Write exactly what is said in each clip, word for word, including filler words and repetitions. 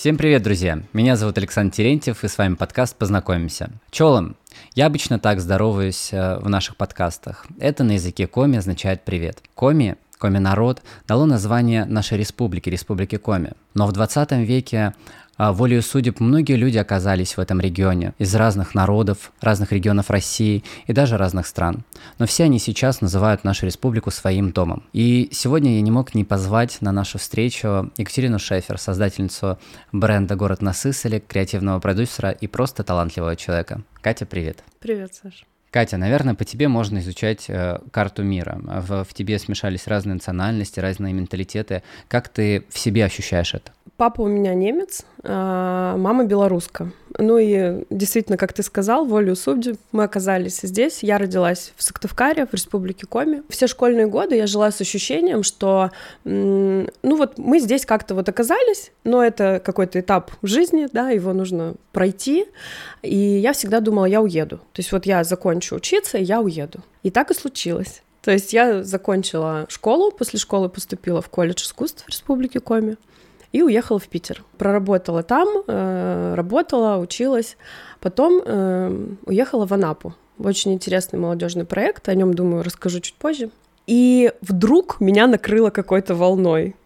Всем привет, друзья! Меня зовут Александр Терентьев, и с вами подкаст «Познакомимся». Чолом! Я обычно так здороваюсь в наших подкастах. Это на языке коми означает «привет». Коми, коми-народ, дало название нашей республике, республике Коми. Но в двадцатом веке волею судеб многие люди оказались в этом регионе из разных народов, разных регионов России и даже разных стран. Но все они сейчас называют нашу республику своим домом. И сегодня я не мог не позвать на нашу встречу Екатерину Шефер, создательницу бренда «Город на Сысоле», креативного продюсера и просто талантливого человека. Катя, привет. Привет, Саша. Катя, наверное, по тебе можно изучать э, карту мира. В, в тебе смешались разные национальности, разные менталитеты. Как ты в себе ощущаешь это? Папа у меня немец, а мама белоруска. Ну и действительно, как ты сказал, волею судеб мы оказались здесь. Я родилась в Сыктывкаре, в республике Коми. Все школьные годы я жила с ощущением, что, ну вот мы здесь как-то вот оказались, но это какой-то этап в жизни, да, его нужно пройти. И я всегда думала, я уеду. То есть вот я закончу учиться, и я уеду. И так и случилось. То есть я закончила школу, после школы поступила в колледж искусств в республике Коми. И уехала в Питер. Проработала там, э, работала, училась. Потом э, уехала в Анапу. Очень интересный молодежный проект, о нем, думаю, расскажу чуть позже. И вдруг меня накрыло какой-то волной.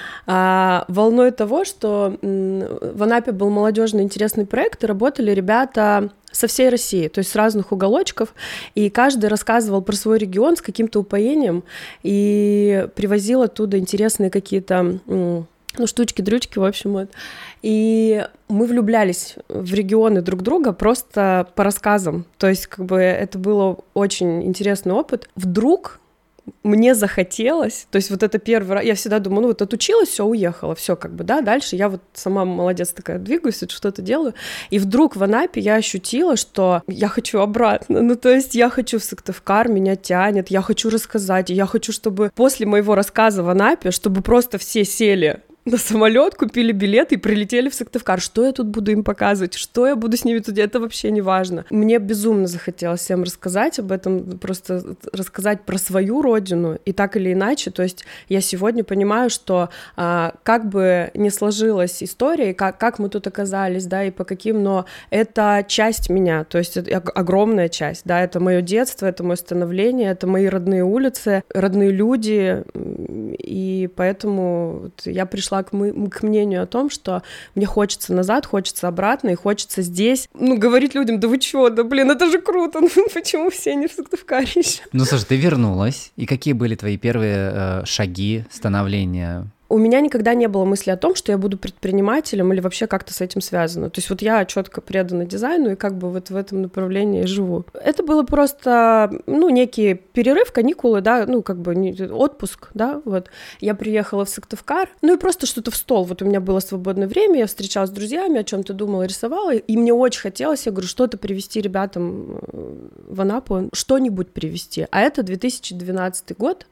А, волной того, что м, в Анапе был молодежный интересный проект, и работали ребята со всей России, то есть с разных уголочков, и каждый рассказывал про свой регион с каким-то упоением и привозил оттуда интересные какие-то... М, ну, штучки-дрючки, в общем, вот. И мы влюблялись в регионы друг друга просто по рассказам. То есть, как бы, это был очень интересный опыт. Вдруг мне захотелось, то есть вот это первый раз, я всегда думаю, ну вот отучилась, все, уехала, все как бы, да, дальше я вот сама молодец такая, двигаюсь, что-то делаю, и вдруг в Анапе я ощутила, что я хочу обратно, ну то есть я хочу в Сыктывкар, меня тянет, я хочу рассказать, и я хочу, чтобы после моего рассказа в Анапе, чтобы просто все сели на самолет, купили билеты и прилетели в Сыктывкар. Что я тут буду им показывать? Что я буду с ними тут делать? Это вообще не важно. Мне безумно захотелось всем рассказать об этом, просто рассказать про свою родину. И так или иначе, то есть я сегодня понимаю, что а, как бы ни сложилась история, как, как мы тут оказались, да, и по каким, но это часть меня, то есть это огромная часть, да, это мое детство, это мое становление, это мои родные улицы, родные люди, и поэтому вот я пришла К, мы, к мнению о том, что мне хочется назад, хочется обратно, и хочется здесь, ну, говорить людям, да вы чё, да блин, это же круто, ну почему все не в Сыктывкаре еще? Ну, слушай, ты вернулась, и какие были твои первые э, шаги становления? У меня никогда не было мысли о том, что я буду предпринимателем или вообще как-то с этим связано. То есть вот я четко предана дизайну и как бы вот в этом направлении живу. Это было просто, ну, некий перерыв, каникулы, да, ну, как бы отпуск, да, вот. Я приехала в Сыктывкар, ну и просто что-то в стол. Вот у меня было свободное время, я встречалась с друзьями, о чем-то думала, рисовала, и мне очень хотелось, я говорю, что-то привезти ребятам в Анапу, что-нибудь привезти. А это две тысячи двенадцатый год.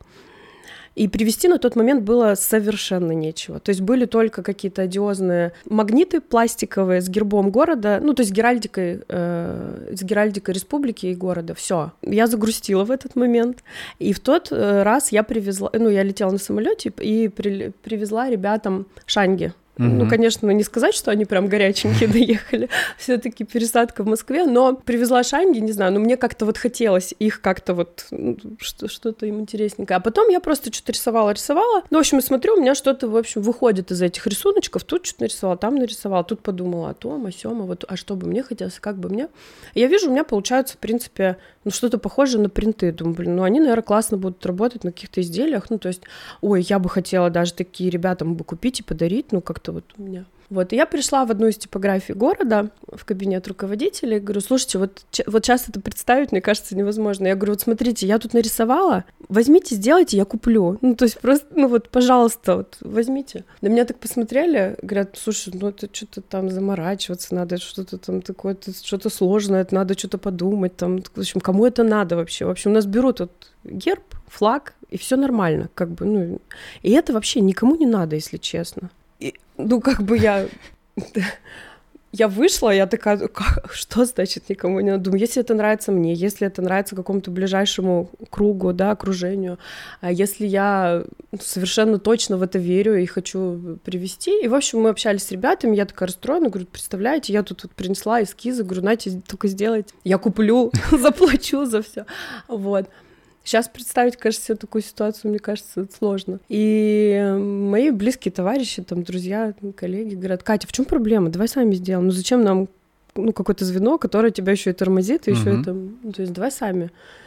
И привезти на тот момент было совершенно нечего. То есть были только какие-то одиозные магниты пластиковые с гербом города, ну, то есть геральдикой, э, с геральдикой республики и города. Все. Я загрустила в этот момент. И в тот раз я привезла, ну, я летела на самолете и при, привезла ребятам шанги. Mm-hmm. Ну, конечно, не сказать, что они прям горяченькие доехали, все-таки пересадка в Москве, но привезла шанги, не знаю, но мне как-то вот хотелось их как-то вот, что-то им интересненькое. А потом я просто что-то рисовала, рисовала, ну, в общем, смотрю, у меня что-то, в общем, выходит из этих рисуночков, тут что-то нарисовала, там нарисовала, тут подумала о том, о сём, а вот, а что бы мне хотелось, как бы мне. И я вижу, у меня получается, в принципе, ну, что-то похожее на принты, думаю, блин, ну, они, наверное, классно будут работать на каких-то изделиях, ну, то есть, ой, я бы хотела даже такие ребятам бы купить и подарить, ну, как вот у меня. Вот, и я пришла в одну из типографий города, в кабинет руководителя, и говорю, слушайте, вот, вот сейчас это представить, мне кажется, невозможно. Я говорю, вот смотрите, я тут нарисовала, возьмите, сделайте, я куплю. Ну, то есть просто, ну вот, пожалуйста, вот, возьмите. На меня так посмотрели, говорят, слушай, ну это что-то там заморачиваться надо, что-то там такое, что-то сложное, это надо что-то подумать, там, в общем, кому это надо вообще? В общем, у нас берут вот герб, флаг, и все нормально, как бы, ну, и это вообще никому не надо, если честно. И, ну, как бы я... я вышла, я такая, как, что значит никому не надо? Думаю, если это нравится мне, если это нравится какому-то ближайшему кругу, да, окружению, а если я совершенно точно в это верю и хочу привести. И, в общем, мы общались с ребятами, я такая расстроена, говорю, представляете, я тут вот принесла эскизы, говорю, знаете, только сделайте, я куплю, заплачу за все, вот. Сейчас представить, кажется, себе такую ситуацию, мне кажется, это сложно. И мои близкие товарищи, там, друзья, коллеги говорят, Катя, в чем проблема? Давай сами сделаем. Ну зачем нам ну, какое-то звено, которое тебя еще и тормозит, и uh-huh. еще это... Ну, то есть давай сами.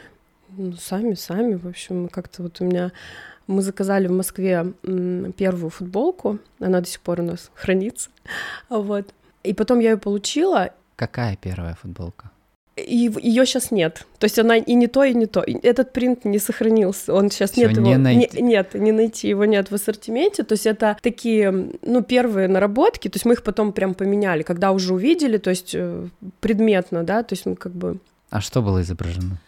Ну, сами, сами, в общем, как-то вот у меня... Мы заказали в Москве первую футболку, она до сих пор у нас хранится, вот. И потом я ее получила. Какая первая футболка? И ее сейчас нет. То есть она и не то, и не то. Этот принт не сохранился. Он сейчас Всё, нет не его. найти. Не, нет, не найти его нет в ассортименте. То есть это такие, ну, первые наработки. То есть мы их потом прям поменяли, когда уже увидели, то есть предметно, да, то есть мы как бы. А что было изображено?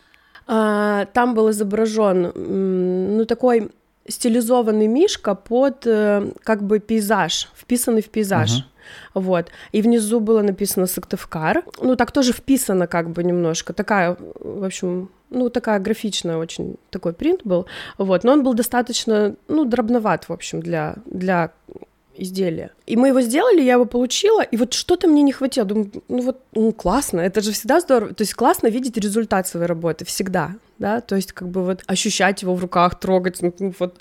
А, там был изображен, ну, такой стилизованный мишка под как бы пейзаж, вписанный в пейзаж. Uh-huh. Вот, и внизу было написано Сыктывкар, ну, так тоже вписано как бы немножко, такая, в общем, ну, такая графичная очень, такой принт был, вот, но он был достаточно, ну, дробноват, в общем, для, для изделия. И мы его сделали, я его получила, и вот что-то мне не хватило, думаю, ну, вот, ну, классно, это же всегда здорово, то есть классно видеть результат своей работы, всегда, да, то есть как бы вот ощущать его в руках, трогать, ну, вот.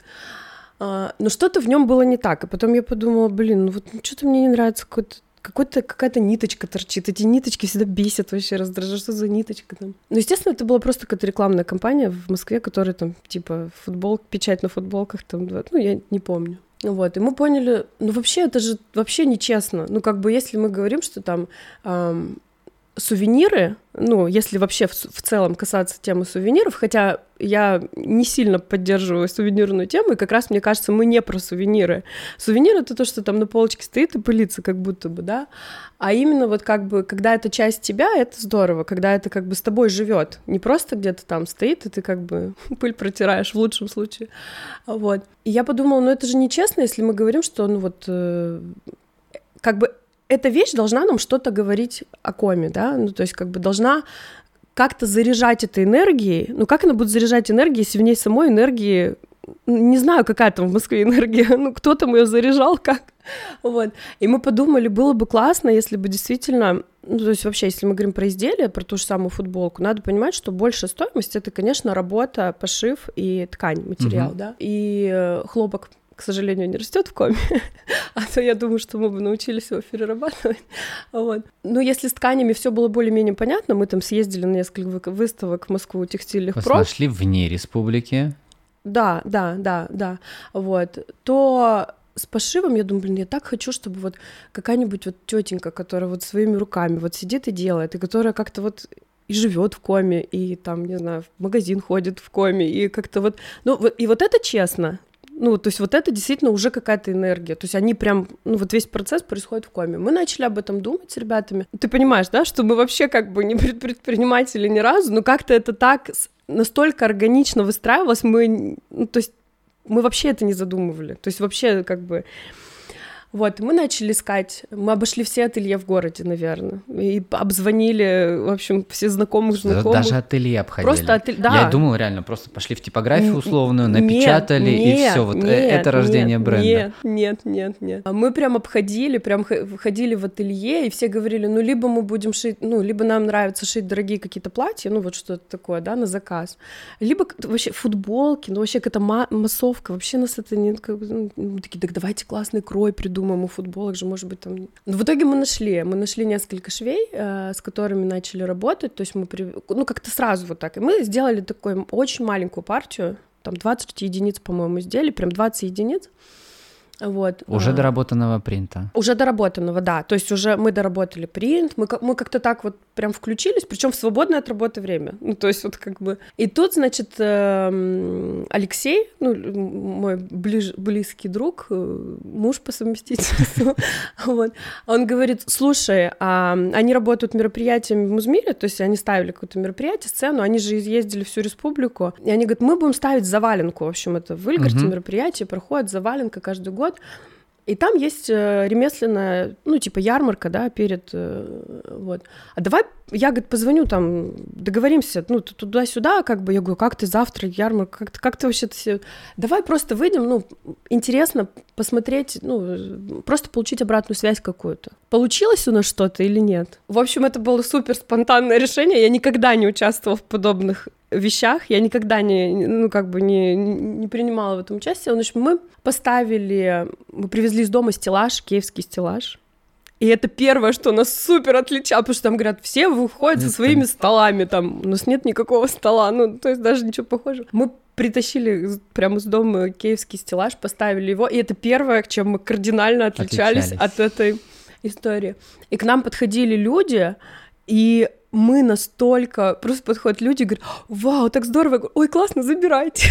Uh, но что-то в нем было не так, и потом я подумала, блин, ну вот ну, что-то мне не нравится, какой-то, какой-то, какая-то ниточка торчит, эти ниточки всегда бесят, вообще раздражают, что за ниточка там. Ну, естественно, это была просто какая-то рекламная кампания в Москве, которая там, типа, футбол, печать на футболках, там, ну, я не помню. Вот, и мы поняли, ну, вообще, это же вообще нечестно, ну, как бы, если мы говорим, что там... Эм, сувениры, ну, если вообще в, в целом касаться темы сувениров, хотя я не сильно поддерживаю сувенирную тему, и как раз, мне кажется, мы не про сувениры. Сувенир — это то, что там на полочке стоит и пылится как будто бы, да, а именно вот как бы, когда это часть тебя, это здорово, когда это как бы с тобой живет, не просто где-то там стоит, и ты как бы пыль протираешь в лучшем случае, вот. И я подумала, ну, это же нечестно, если мы говорим, что, ну, вот, э, как бы эта вещь должна нам что-то говорить о коме, да, ну, то есть как бы должна как-то заряжать этой энергией, ну, как она будет заряжать энергией, если в ней самой энергии, не знаю, какая там в Москве энергия, ну, кто там ее заряжал, как, вот, и мы подумали, было бы классно, если бы действительно, ну, то есть вообще, если мы говорим про изделие, про ту же самую футболку, надо понимать, что большая стоимость — это, конечно, работа, пошив и ткань, материал, mm-hmm. да, и хлопок, к сожалению, не растет в коме, а то я думаю, что мы бы научились его перерабатывать. Вот. Но если с тканями все было более-менее понятно, мы там съездили на несколько выставок в Москву текстильных пром. Вы нашли вне республики? Да, да, да, да. Вот. То с пошивом я думаю, блин, я так хочу, чтобы вот какая-нибудь вот тетенька, которая вот своими руками вот сидит и делает, и которая как-то вот и живет в коме, и там, не знаю, в магазин ходит в коме, и как-то вот... Ну, вот, и вот это честно. Ну, то есть вот это действительно уже какая-то энергия. То есть они прям, ну, вот весь процесс происходит в коме. Мы начали об этом думать с ребятами. Ты понимаешь, да, что мы вообще как бы не предприниматели ни разу, но как-то это так настолько органично выстраивалось, мы, ну, то есть мы вообще это не задумывали. То есть вообще как бы... Вот, мы начали искать, мы обошли все ателье в городе, наверное, и обзвонили, в общем, все знакомых знакомых. Даже ателье обходили. Просто ателье, да. Я думала, реально, просто пошли в типографию условную, напечатали, нет, и все, вот нет, это рождение нет, бренда. Нет, нет, нет, нет. Мы прям обходили, прям ходили в ателье, и все говорили, ну, либо мы будем шить, ну, либо нам нравится шить дорогие какие-то платья, ну, вот что-то такое, да, на заказ, либо вообще футболки, ну, вообще какая-то массовка, вообще нас это не... Как бы, ну, такие, так давайте классный крой придумаем. Думаем, у футболок же, может быть, там... Но в итоге мы нашли, мы нашли несколько швей, э, с которыми начали работать, то есть мы, при... ну, как-то сразу вот так, и мы сделали такую очень маленькую партию, там двадцать единиц, по-моему, сделали, прям двадцать единиц, вот. Уже а, доработанного принта. Уже доработанного, да, то есть уже мы доработали принт, мы, мы как-то так вот прям включились, причем в свободное от работы время, ну, то есть вот как бы... И тут, значит, Алексей, ну, мой ближ... близкий друг, муж по совместительству, вот, он говорит, слушай, а они работают мероприятиями в Музмире, то есть они ставили какое-то мероприятие, сцену, они же ездили всю республику, и они говорят, мы будем ставить заваленку, в общем, это в Выльгарте мероприятие проходит, заваленка каждый год. И там есть ремесленная, ну, типа ярмарка, да, перед, вот. А давай я, говорит, позвоню там, договоримся, ну, туда-сюда, как бы, я говорю, как ты завтра, ярмарка, как ты, как ты вообще, -то... давай просто выйдем, ну, интересно посмотреть, ну, просто получить обратную связь какую-то. Получилось у нас что-то или нет? В общем, это было супер спонтанное решение, я никогда не участвовала в подобных вещах, я никогда не, ну, как бы не, не принимала в этом участие. В общем, мы поставили, мы привезли из дома стеллаж, киевский стеллаж, и это первое, что нас супер отличало, потому что там, говорят, все выходят со своими столами, там, у нас нет никакого стола, ну, то есть даже ничего похожего. Мы притащили прямо из дома киевский стеллаж, поставили его, и это первое, чем мы кардинально отличались, отличались. от этой истории. И к нам подходили люди, и мы настолько... Просто подходят люди и говорят, вау, так здорово. Я говорю, ой, классно, забирайте.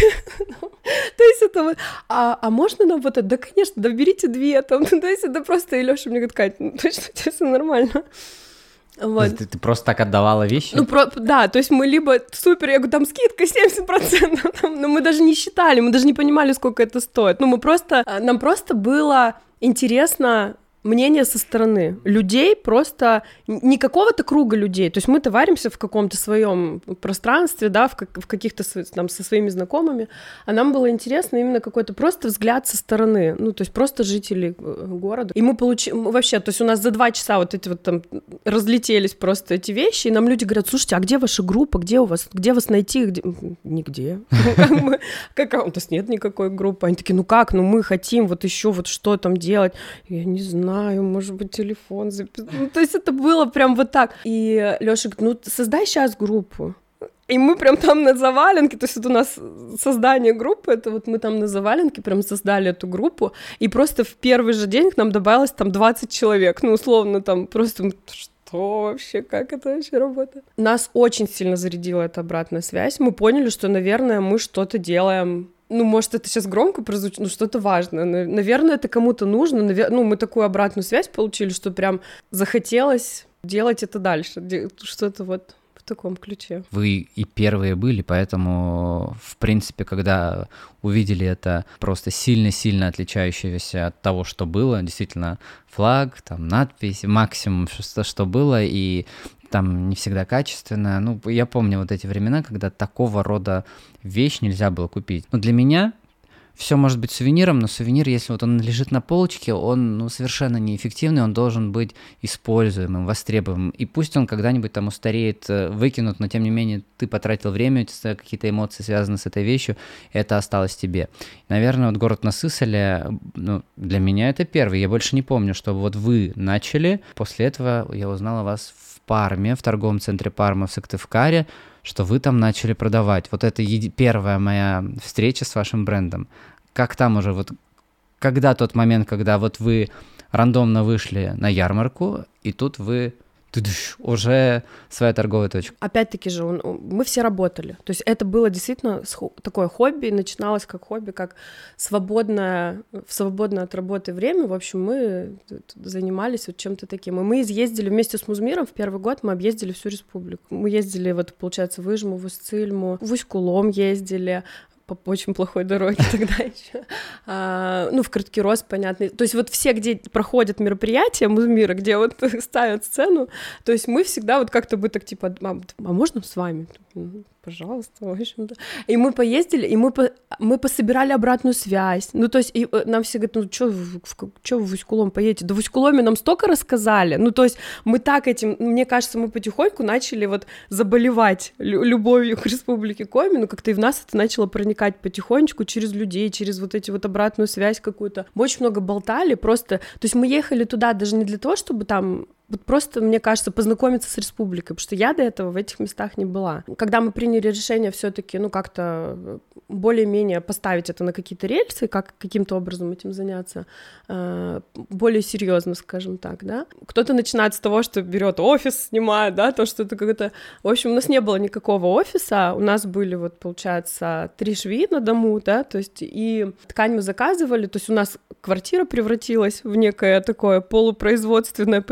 То есть это вот... А, а можно нам вот это? Да, конечно, да берите две там. То есть это просто... И Лёша мне говорит, Кать, ну точно, у тебя всё нормально. Вот. Ты, ты просто так отдавала вещи? Ну, про, да, то есть мы либо супер, я говорю, там скидка семьдесят процентов, там, но мы даже не считали, мы даже не понимали, сколько это стоит. Ну, мы просто... Нам просто было интересно... мнение со стороны людей, просто не какого-то круга людей, то есть мы-то варимся в каком-то своем пространстве, да, в, как, в каких-то там со своими знакомыми, а нам было интересно именно какой-то просто взгляд со стороны, ну, то есть просто жителей города, и мы получили, вообще, то есть у нас за два часа вот эти вот там разлетелись просто эти вещи, и нам люди говорят, слушайте, а где ваша группа, где у вас, где вас найти, где... Нигде, как у нас нет никакой группы, они такие, ну как, ну мы хотим вот еще вот что там делать, я не знаю, может быть, телефон записать. Ну, то есть это было прям вот так. И Лёша говорит, ну, создай сейчас группу. И мы прям там на заваленке, то есть вот у нас создание группы, это вот мы там на заваленке прям создали эту группу, и просто в первый же день к нам добавилось там двадцать человек, ну, условно, там просто... Что вообще, как это вообще работает? Нас очень сильно зарядила эта обратная связь. Мы поняли, что, наверное, мы что-то делаем. Ну, может, это сейчас громко прозвучит, но что-то важное. Наверное, это кому-то нужно. Навер... Ну, мы такую обратную связь получили, что прям захотелось делать это дальше. Что-то вот в таком ключе. Вы и первые были, поэтому, в принципе, когда увидели это просто сильно-сильно отличающееся от того, что было, действительно, флаг, там, надпись, максимум, что, что было, и там не всегда качественно. Ну, я помню вот эти времена, когда такого рода вещь нельзя было купить. Но для меня все может быть сувениром, но сувенир, если вот он лежит на полочке, он, ну, совершенно неэффективный, он должен быть используемым, востребованным. И пусть он когда-нибудь там устареет, выкинут, но тем не менее ты потратил время, какие-то эмоции связаны с этой вещью, и это осталось тебе. Наверное, вот город на Сысоле, ну, для меня это первый. Я больше не помню, чтобы вот вы начали. После этого я узнала вас в Парме, в торговом центре Парма в Сыктывкаре, что вы там начали продавать. Вот это еди- первая моя встреча с вашим брендом. Как там уже, вот когда тот момент, когда вот вы рандомно вышли на ярмарку, и тут вы уже своя торговая точка? Опять-таки же, он, мы все работали. То есть это было действительно такое хобби, начиналось как хобби, как свободное, в свободное от работы время. В общем, мы занимались вот чем-то таким. И мы изъездили вместе с Музмиром, в первый год мы объездили всю республику. Мы ездили, вот, получается, в Ижму, в Усть-Цильму, в Усть-Кулом ездили, по очень плохой дороге тогда еще. А, ну, в Краткий-Рост, понятно. То есть вот все, где проходят мероприятия Музмира, где вот ставят сцену, то есть мы всегда вот как-то бы так типа, а, а можно с вами? Пожалуйста, в общем-то. И мы поездили, и мы, по, мы пособирали обратную связь. Ну, то есть и нам все говорят, ну, что вы в Усть-Кулом поедете? Да в Усть-Куломе нам столько рассказали. Ну, то есть мы так этим, мне кажется, мы потихоньку начали вот заболевать любовью к Республике Коми, ну, как-то и в нас это начало проникать потихонечку через людей, через вот эти вот обратную связь какую-то. Мы очень много болтали просто. То есть мы ехали туда даже не для того, чтобы там вот просто, мне кажется, познакомиться с республикой, потому что я до этого в этих местах не была. Когда мы приняли решение все-таки, ну, как-то более-менее поставить это на какие-то рельсы, как каким-то образом этим заняться, э, более серьезно, скажем так, да. Кто-то начинает с того, что берет офис, снимает, да, то, что это какое-то... В общем, у нас не было никакого офиса, у нас были, вот, получается, три швеи на дому, да, то есть и ткань мы заказывали, то есть у нас квартира превратилась в некое такое полупроизводственное помещение,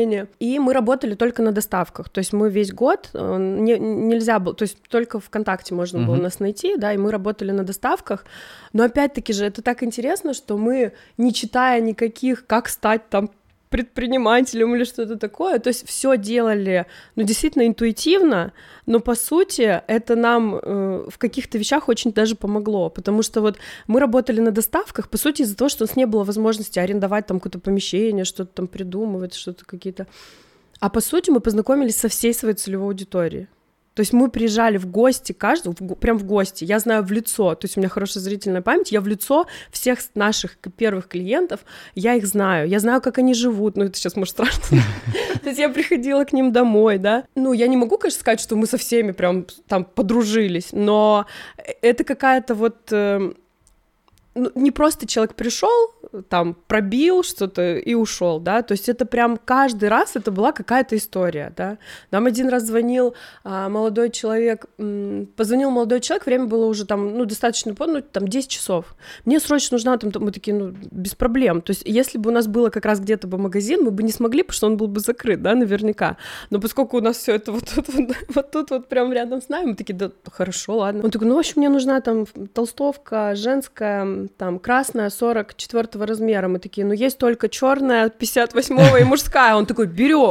менее. И мы работали только на доставках, то есть мы весь год, не, нельзя было, то есть только ВКонтакте можно uh-huh. было нас найти, да, и мы работали на доставках, но опять-таки же это так интересно, что мы, не читая никаких, как стать там предпринимателем или что-то такое, то есть все делали, ну, действительно интуитивно, но, по сути, это нам э, в каких-то вещах очень даже помогло, потому что вот мы работали на доставках, по сути, из-за того, что у нас не было возможности арендовать там какое-то помещение, что-то там придумывать, что-то какие-то... А, по сути, мы познакомились со всей своей целевой аудиторией. То есть мы приезжали в гости каждого, в, прям в гости, я знаю в лицо, то есть у меня хорошая зрительная память, я в лицо всех наших первых клиентов, я их знаю, я знаю, как они живут, ну это сейчас, может, страшно, то есть я приходила к ним домой, да, ну я не могу, конечно, сказать, что мы со всеми прям там подружились, но это какая-то вот... Ну, не просто человек пришел, там, пробил что-то и ушел, да, то есть это прям каждый раз это была какая-то история, да. Нам один раз звонил а, молодой человек, м, позвонил молодой человек, время было уже там, ну, достаточно поздно, ну, там, десять часов. Мне срочно нужна, там, мы такие, ну, без проблем, то есть если бы у нас было как раз где-то бы магазин, мы бы не смогли, потому что он был бы закрыт, да, наверняка, но поскольку у нас все это вот тут вот, вот тут вот прям рядом с нами, мы такие, да, хорошо, ладно. Он такой, ну, в общем, мне нужна там толстовка женская, там, красная, сорок четвёртого размера. Мы такие, ну, есть только черная, пятьдесят восьмого и мужская. Он такой, берем.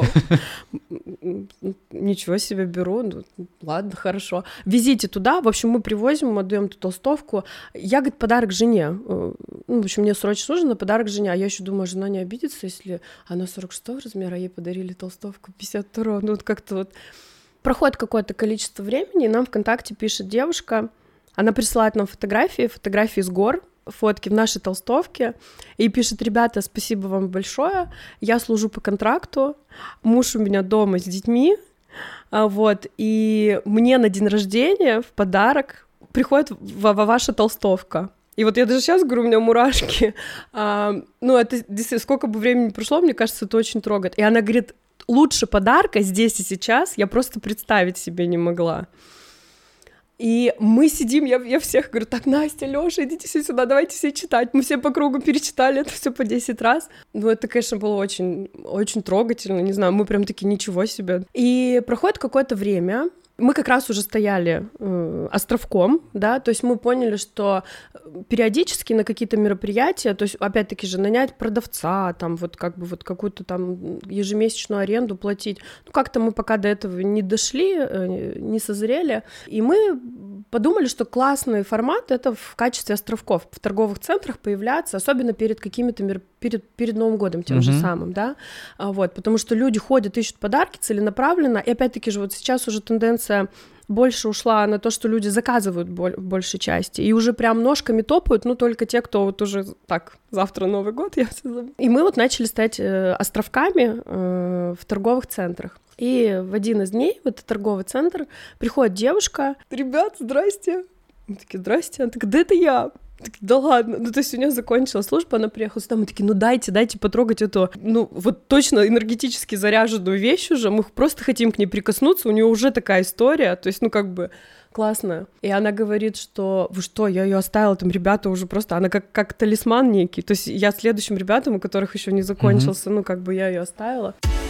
Ничего себе, беру. Ну, ладно, хорошо. Везите туда. В общем, мы привозим, мы отдаем эту толстовку. Я, говорит, подарок жене. Ну, в общем, мне срочно нужен на подарок жене. А я еще думаю, жена не обидится, если она сорок шестого размера, а ей подарили толстовку пятьдесят второго. Ну, вот как-то вот... Проходит какое-то количество времени, и нам ВКонтакте пишет девушка, она присылает нам фотографии, фотографии с гор, фотки в нашей толстовке, и пишет: ребята, спасибо вам большое, я служу по контракту, муж у меня дома с детьми, вот, и мне на день рождения в подарок приходит ваша толстовка. И вот я даже сейчас говорю, у меня мурашки, а, ну, это действительно, сколько бы времени прошло, мне кажется, это очень трогает. И она говорит, лучше подарка здесь и сейчас я просто представить себе не могла. И мы сидим, я, я всех говорю, так, Настя, Лёша, идите все сюда, давайте все читать. Мы все по кругу перечитали это все по десять раз. Ну, это, конечно, было очень, очень трогательно, не знаю, мы прям такие, ничего себе. И проходит какое-то время, мы как раз уже стояли э, островком, да, то есть мы поняли, что периодически на какие-то мероприятия, то есть, опять-таки же, нанять продавца, там, вот как бы вот какую-то там ежемесячную аренду платить, ну, как-то мы пока до этого не дошли, э, не созрели, и мы подумали, что классный формат — это в качестве островков в торговых центрах появляться, особенно перед какими-то мер... перед, перед Новым годом тем mm-hmm. же самым, да, а, вот, потому что люди ходят, ищут подарки целенаправленно, и опять-таки же вот сейчас уже тенденция больше ушла на то, что люди заказывают в большей части, и уже прям ножками топают, ну, только те, кто вот уже так, завтра Новый год, я все забыла. И мы вот начали стать э, островками э, в торговых центрах. И в один из дней в этот торговый центр приходит девушка: ребят, здрасте. Мы такие, здрасте. Она такая, да это я. Такие, да ладно, ну то есть у нее закончилась служба, она приехала сюда, мы такие, ну дайте, дайте потрогать эту, ну вот точно энергетически заряженную вещь уже, мы просто хотим к ней прикоснуться, у нее уже такая история, то есть ну как бы классно. И она говорит, что вы что, я ее оставила, там ребята уже просто, она как, как талисман некий, то есть я следующим ребятам, у которых еще не закончился, mm-hmm. ну как бы я ее оставила.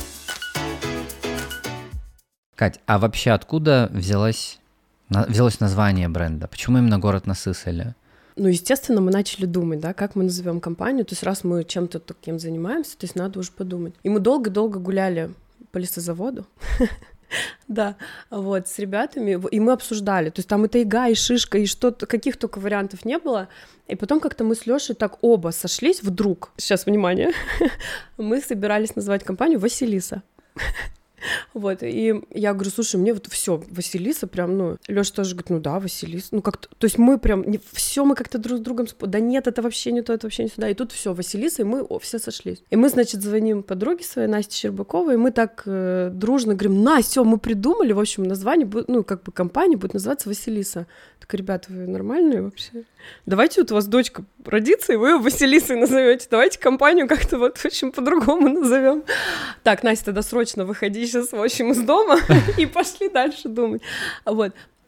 Кать, а вообще откуда взялось, взялось название бренда? Почему именно город на Сысоле? Ну, естественно, мы начали думать, да, как мы назовем компанию. То есть раз мы чем-то таким занимаемся, то есть надо уже подумать. И мы долго-долго гуляли по лесозаводу, да, вот, с ребятами, и мы обсуждали. То есть там и тайга, и шишка, и что-то, каких только вариантов не было. И потом как-то мы с Лёшей так оба сошлись вдруг. Сейчас, внимание, мы собирались назвать компанию «Василиса». Вот, и я говорю, слушай, мне вот все, Василиса прям, ну, Лёша тоже говорит, ну да, Василиса, ну как-то, то есть мы прям, все мы как-то друг с другом, да нет, это вообще не то, это вообще не сюда, и тут все, Василиса, и мы о, все сошлись. И мы, значит, звоним подруге своей, Насте Щербаковой, и мы так э, дружно говорим, Настя, все, мы придумали, в общем, название, будет, ну, как бы компания будет называться Василиса. Так, ребята, вы нормальные вообще? Давайте вот у вас дочка родится, и вы ее Василисой назовете. Давайте компанию как-то вот, в общем, по-другому назовем. Так, Настя, тогда срочно выходи сейчас, в общем, из дома и пошли дальше думать. Вот.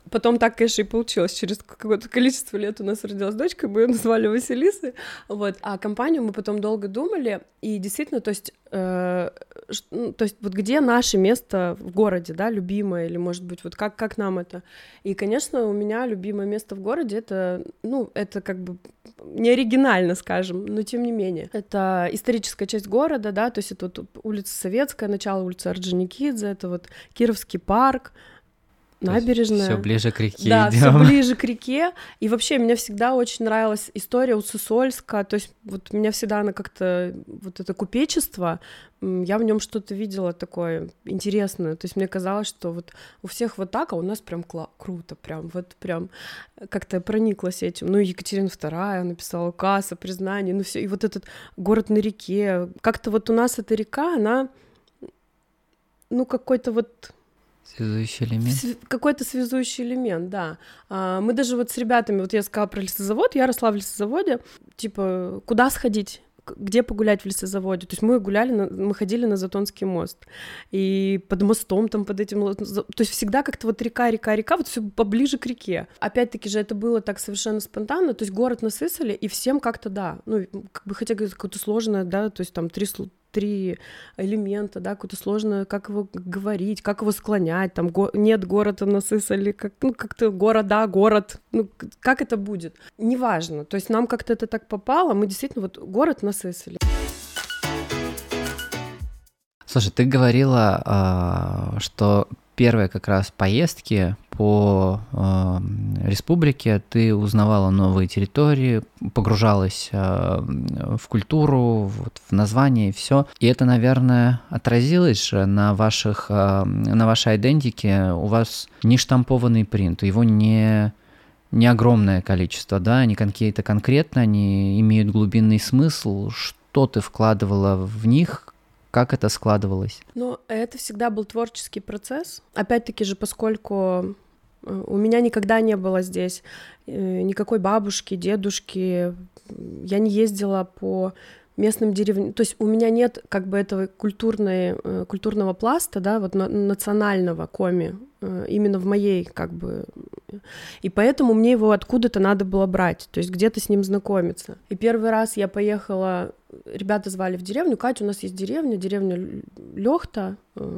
Потом так, конечно, и получилось. Через какое-то количество лет у нас родилась дочка, мы ее назвали Василисой. Вот. А компанию мы потом долго думали, и действительно, то есть, э, то есть вот где наше место в городе, да, любимое, или, может быть, вот как, как нам это? И, конечно, у меня любимое место в городе — это, ну, это как бы не оригинально, скажем, но тем не менее. Это историческая часть города, да, то есть это вот улица Советская, начало улицы Орджоникидзе, это вот Кировский парк, набережная. Все ближе к реке. Да, идём. все ближе к реке. И вообще мне всегда очень нравилась история у Сысольска. То есть вот меня всегда она как-то вот это купечество, я в нем что-то видела такое интересное. То есть мне казалось, что вот у всех вот так, а у нас прям кла- круто, прям вот прям как-то я прониклась этим. Ну и Екатерина вторая написала указ о признании, ну все. И вот этот город на реке, как-то вот у нас эта река, она ну какой-то вот Связующий элемент. Какой-то связующий элемент, да. А, мы даже вот с ребятами, вот я сказала про лесозавод, я росла в лесозаводе, типа, куда сходить? Где погулять в лесозаводе? То есть мы гуляли, на, мы ходили на Затонский мост, и под мостом там, под этим... То есть всегда как-то вот река, река, река, вот все поближе к реке. Опять-таки же это было так совершенно спонтанно, то есть город насысали, и всем как-то, да, ну, как бы хотя какое-то сложное, да, то есть там три три элемента, да, какое-то сложное, как его говорить, как его склонять, там, го- нет города насысали, как, ну, как-то города, город, ну, как это будет? Неважно, то есть нам как-то это так попало, мы действительно вот город насысали. Слушай, ты говорила, что первые как раз поездки по э, республике, ты узнавала новые территории, погружалась э, в культуру, вот, в название и все. И это, наверное, отразилось же на ваших, э, на вашей идентике. У вас не штампованный принт, его не, не огромное количество, да, они какие-то конкретно, они имеют глубинный смысл. Что ты вкладывала в них? Как это складывалось? Ну, это всегда был творческий процесс. Опять-таки же, поскольку у меня никогда не было здесь никакой бабушки, дедушки, я не ездила по местным деревням, то есть у меня нет как бы этого культурной, культурного пласта, да, вот национального коми, именно в моей как бы, и поэтому мне его откуда-то надо было брать, то есть где-то с ним знакомиться. И первый раз я поехала, ребята звали в деревню, Катя, у нас есть деревня, деревня Лёхта,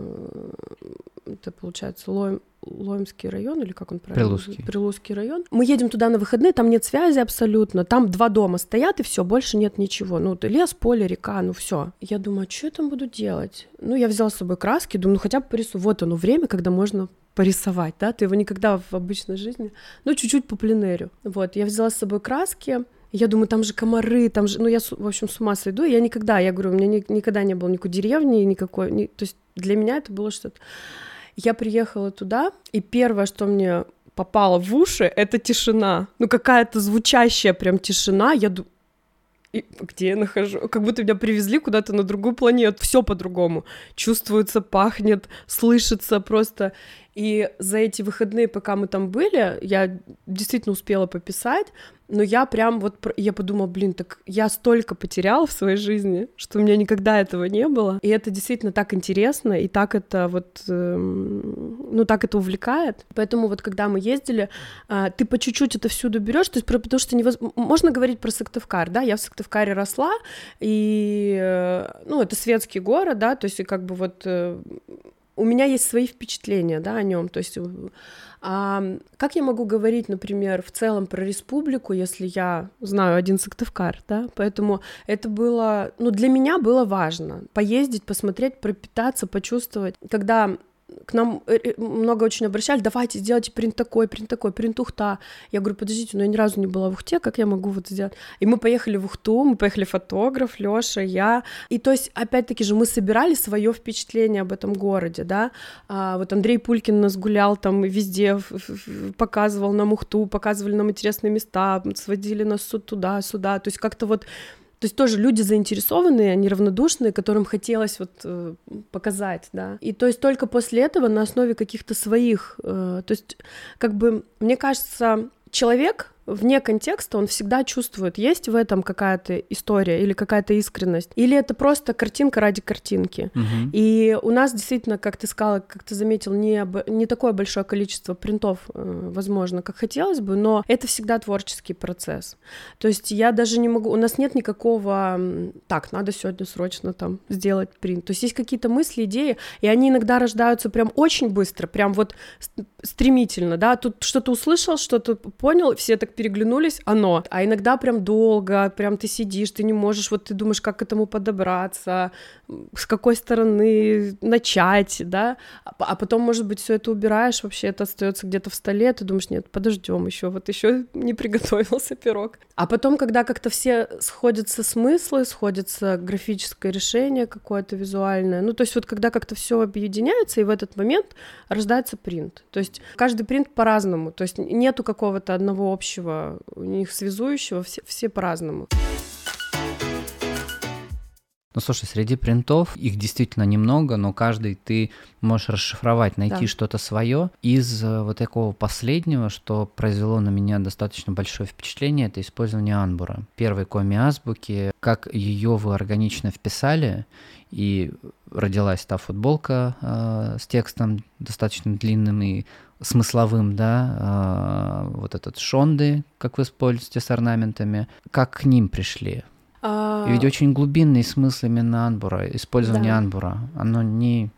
это получается Лоем, Лоемский район, или как он правильно? Прилузский. Прилузский район. Мы едем туда на выходные, там нет связи абсолютно, там два дома стоят, и все, больше нет ничего. Ну, лес, поле, река, ну все. Я думаю, а что я там буду делать? Ну, я взяла с собой краски, думаю, ну хотя бы порисую. Вот оно время, когда можно порисовать, да, ты его никогда в обычной жизни, ну, чуть-чуть по пленерю. Вот, я взяла с собой краски, я думаю, там же комары, там же, ну, я, в общем, с ума сойду, я никогда, я говорю, у меня ни, никогда не было никакой деревни, никакой, ни, то есть для меня это было что-то. Я приехала туда, и первое, что мне попало в уши, это тишина. Ну, какая-то звучащая прям тишина. Я думаю, и где я нахожу? Как будто меня привезли куда-то на другую планету. Все по-другому. Чувствуется, пахнет, слышится просто. И за эти выходные, пока мы там были, я действительно успела пописать, но я прям вот, я подумала, блин, так я столько потеряла в своей жизни, что у меня никогда этого не было, и это действительно так интересно, и так это вот, ну, так это увлекает, поэтому вот когда мы ездили, ты по чуть-чуть это всюду берешь, то есть потому что невозможно, можно говорить про Сыктывкар, да, я в Сыктывкаре росла, и, ну, это светский город, да, то есть и как бы вот у меня есть свои впечатления, да, о нем. То есть, а как я могу говорить, например, в целом про республику, если я знаю один Сыктывкар, да? Поэтому это было, ну, для меня было важно поездить, посмотреть, пропитаться, почувствовать. Когда к нам много очень обращались, давайте сделайте принт такой, принт такой, принт Ухта. Я говорю, подождите, но я ни разу не была в Ухте, как я могу вот сделать? И мы поехали в Ухту, мы поехали фотограф, Лёша, я. И то есть, опять-таки же, мы собирали свое впечатление об этом городе, да. А вот Андрей Пулькин нас гулял там везде, показывал нам Ухту, показывали нам интересные места, сводили нас туда, сюда. То есть как-то вот То есть тоже люди заинтересованные, они равнодушные, которым хотелось вот э, показать, да. И то есть только после этого на основе каких-то своих, э, то есть как бы, мне кажется, человек, вне контекста, он всегда чувствует, есть в этом какая-то история или какая-то искренность, или это просто картинка ради картинки. Угу. И у нас действительно, как ты сказала, как ты заметил, не, не такое большое количество принтов, возможно, как хотелось бы, но это всегда творческий процесс. То есть я даже не могу, у нас нет никакого, так, надо сегодня срочно там сделать принт. То есть есть какие-то мысли, идеи, и они иногда рождаются прям очень быстро, прям вот стремительно, да, тут что-то услышал, что-то понял, все так переглянулись, оно. А иногда прям долго, прям ты сидишь, ты не можешь, вот ты думаешь, как к этому подобраться, с какой стороны начать, да, а потом, может быть, все это убираешь, вообще это остается где-то в столе, ты думаешь, нет, подождем еще, вот еще не приготовился пирог. А потом, когда как-то все сходятся смыслы, сходятся графическое решение какое-то визуальное, ну, то есть вот когда как-то все объединяется, и в этот момент рождается принт. То есть каждый принт по-разному, то есть нету какого-то одного общего, у них связующего, все, все по-разному. Ну, слушай, среди принтов их действительно немного, но каждый ты можешь расшифровать, найти да. что-то свое. Из вот такого последнего, что произвело на меня достаточно большое впечатление, это использование Анбура. Первой коми-азбуки, как ее вы органично вписали, и родилась та футболка э, с текстом достаточно длинным и смысловым, да, э, вот этот шонды, как вы используете с орнаментами. Как к ним пришли? А... И ведь очень глубинный смысл именно Анбура, использование да. Анбура. Оно не,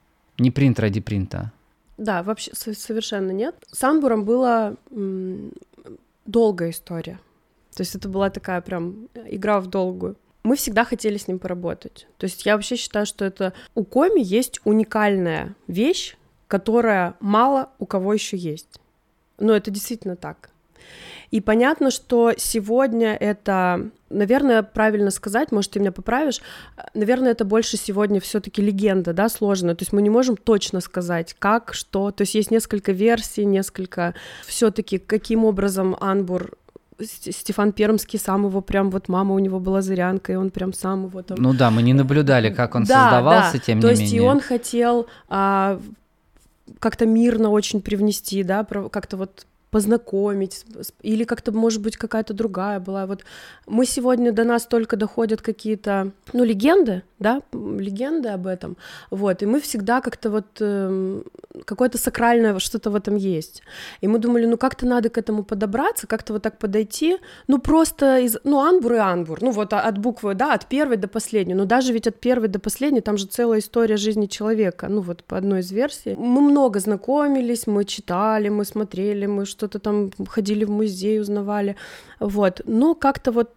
не принт ради принта. Да, вообще совершенно нет. С Анбуром была м- долгая история. То есть это была такая прям игра в долгую. Мы всегда хотели с ним поработать. То есть я вообще считаю, что это у коми есть уникальная вещь, которая мало у кого еще есть. Но это действительно так. И понятно, что сегодня это, наверное, правильно сказать, может, ты меня поправишь, наверное, это больше сегодня все-таки легенда, да, сложная. То есть мы не можем точно сказать, как, что. То есть есть несколько версий, несколько все-таки каким образом Анбур, Стефан Пермский сам его прям, вот мама у него была зырянка, и он прям сам его там... Ну да, мы не наблюдали, как он да, создавался, да. тем То не есть менее. И он хотел а, как-то мирно очень привнести, да, как-то вот познакомить, или как-то, может быть, какая-то другая была. Вот мы сегодня, до нас только доходят какие-то, ну, легенды, да, легенды об этом, вот, и мы всегда как-то вот, э, какое-то сакральное что-то в этом есть. И мы думали, ну, как-то надо к этому подобраться, как-то вот так подойти, ну, просто, из, ну, Анбур и Анбур, ну, вот от буквы, да, от первой до последней, но даже ведь от первой до последней, там же целая история жизни человека, ну, вот по одной из версий. Мы много знакомились, мы читали, мы смотрели, мы что-то там ходили в музей, узнавали, вот, но как-то вот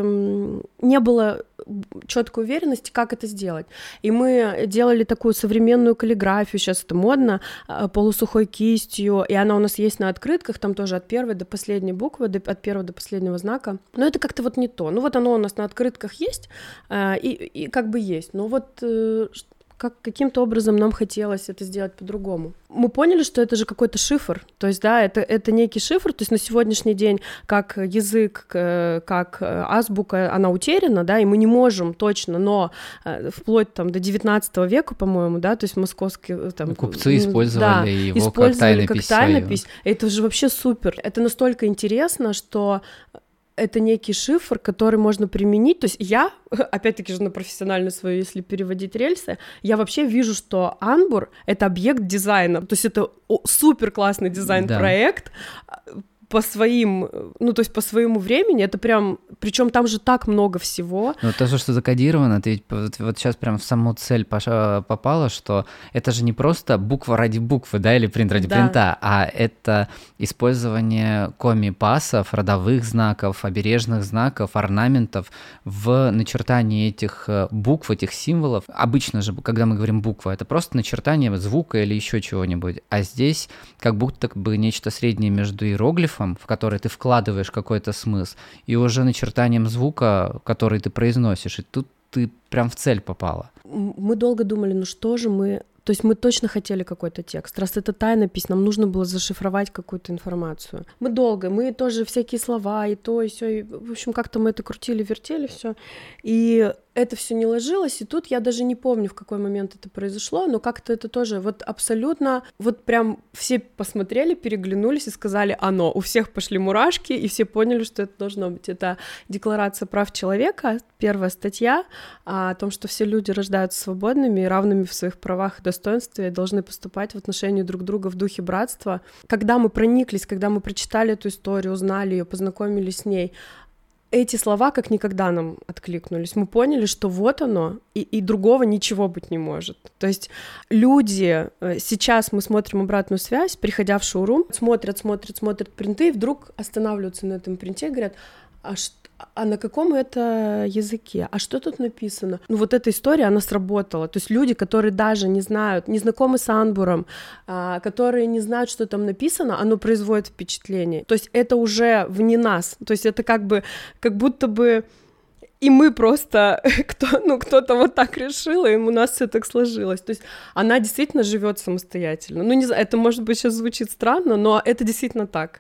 э, не было четкой уверенности, как это сделать. И мы делали такую современную каллиграфию, сейчас это модно, полусухой кистью, и она у нас есть на открытках, там тоже от первой до последней буквы, от первого до последнего знака, но это как-то вот не то. Ну вот оно у нас на открытках есть, и, и как бы есть, но вот как, каким-то образом нам хотелось это сделать по-другому. Мы поняли, что это же какой-то шифр, то есть, да, это, это некий шифр, то есть на сегодняшний день как язык, как азбука, она утеряна, да, и мы не можем точно, но вплоть там до девятнадцатого века, по-моему, да, то есть московские... Там, купцы использовали да, его использовали как тайнопись как тайнопись. Это же вообще супер. Это настолько интересно, что... Это некий шифр, который можно применить. То есть я, опять-таки же на профессиональную свою, если переводить рельсы, я вообще вижу, что Анбур — это объект дизайна. То есть это супер классный дизайн-проект, да. По своим, ну, то есть по своему времени, это прям, причем там же так много всего. Ну, то, что закодировано, ты ведь вот, вот сейчас прям в саму цель попала, что это же не просто буква ради буквы, да, или принт ради да. принта, а это использование коми-пасов, родовых знаков, обережных знаков, орнаментов в начертании этих букв, этих символов. Обычно же, когда мы говорим буква, это просто начертание звука или еще чего-нибудь, а здесь как будто бы нечто среднее между иероглифом, в который ты вкладываешь какой-то смысл, и уже начертанием звука, который ты произносишь, и тут ты прям в цель попала. Мы долго думали, ну что же мы... То есть мы точно хотели какой-то текст. Раз это тайнопись, нам нужно было зашифровать какую-то информацию. Мы долго, мы тоже всякие слова, и то, и сё, и, в общем, как-то мы это крутили, вертели все. И это все не ложилось, и тут я даже не помню, в какой момент это произошло, но как-то это тоже вот абсолютно, вот прям все посмотрели, переглянулись и сказали «оно». У всех пошли мурашки, и все поняли, что это должно быть. Это Декларация прав человека, первая статья о том, что все люди рождаются свободными и равными в своих правах и достоинстве, и должны поступать в отношении друг друга в духе братства. Когда мы прониклись, когда мы прочитали эту историю, узнали ее, познакомились с ней, эти слова как никогда нам откликнулись. Мы поняли, что вот оно, и, и другого ничего быть не может. То есть люди, сейчас мы смотрим обратную связь, приходя в шоурум, смотрят, смотрят, смотрят принты, и вдруг останавливаются на этом принте и говорят, а что? А на каком это языке? А что тут написано? Ну вот эта история, она сработала. То есть люди, которые даже не знают, не знакомы с Анбуром, а, которые не знают, что там написано, оно производит впечатление. То есть это уже вне нас. То есть это как бы, как будто бы и мы просто, кто, ну кто-то вот так решил, и у нас все так сложилось. То есть она действительно живет самостоятельно. Ну не знаю, это может быть сейчас звучит странно, но это действительно так.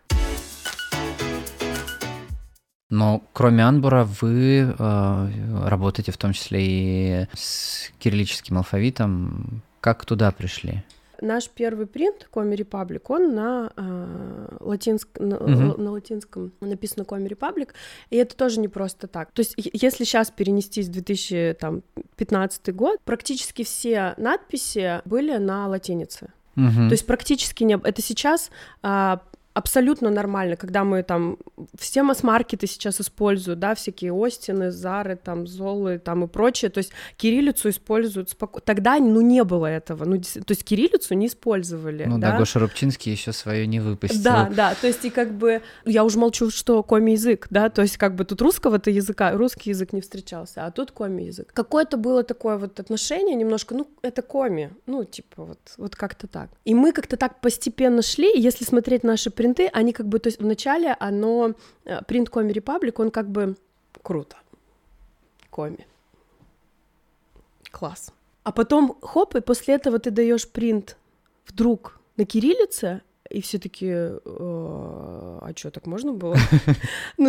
Но кроме Анбура вы э, работаете в том числе и с кириллическим алфавитом. Как туда пришли? Наш первый принт Коми Репаблик, он на, э, латинск, на, uh-huh. на латинском написано Коми Репаблик, и это тоже не просто так. То есть если сейчас перенестись в две тысячи пятнадцатый год, практически все надписи были на латинице. Uh-huh. То есть практически не... Это сейчас... Э, абсолютно нормально, когда мы там, все масс-маркеты сейчас используют, да, всякие Остины, Зары, там, Золы, там и прочее, то есть кириллицу используют спокойно. Тогда, ну, не было этого, ну, то есть кириллицу не использовали. Ну, да, да, Гоша Рубчинский еще свое не выпустил. Да, да, то есть и как бы, я уже молчу, что коми-язык, да, то есть как бы тут русского-то языка, русский язык не встречался, а тут коми-язык. Какое-то было такое вот отношение немножко, ну, это коми, ну, типа вот, вот как-то так. И мы как-то так постепенно шли, и если смотреть наши принты, они как бы, то есть вначале оно, принт Коми Репаблик, он как бы круто, коми, класс. А потом, хоп, и после этого ты даешь принт вдруг на кириллице, и все такие, а что, так можно было? Ну,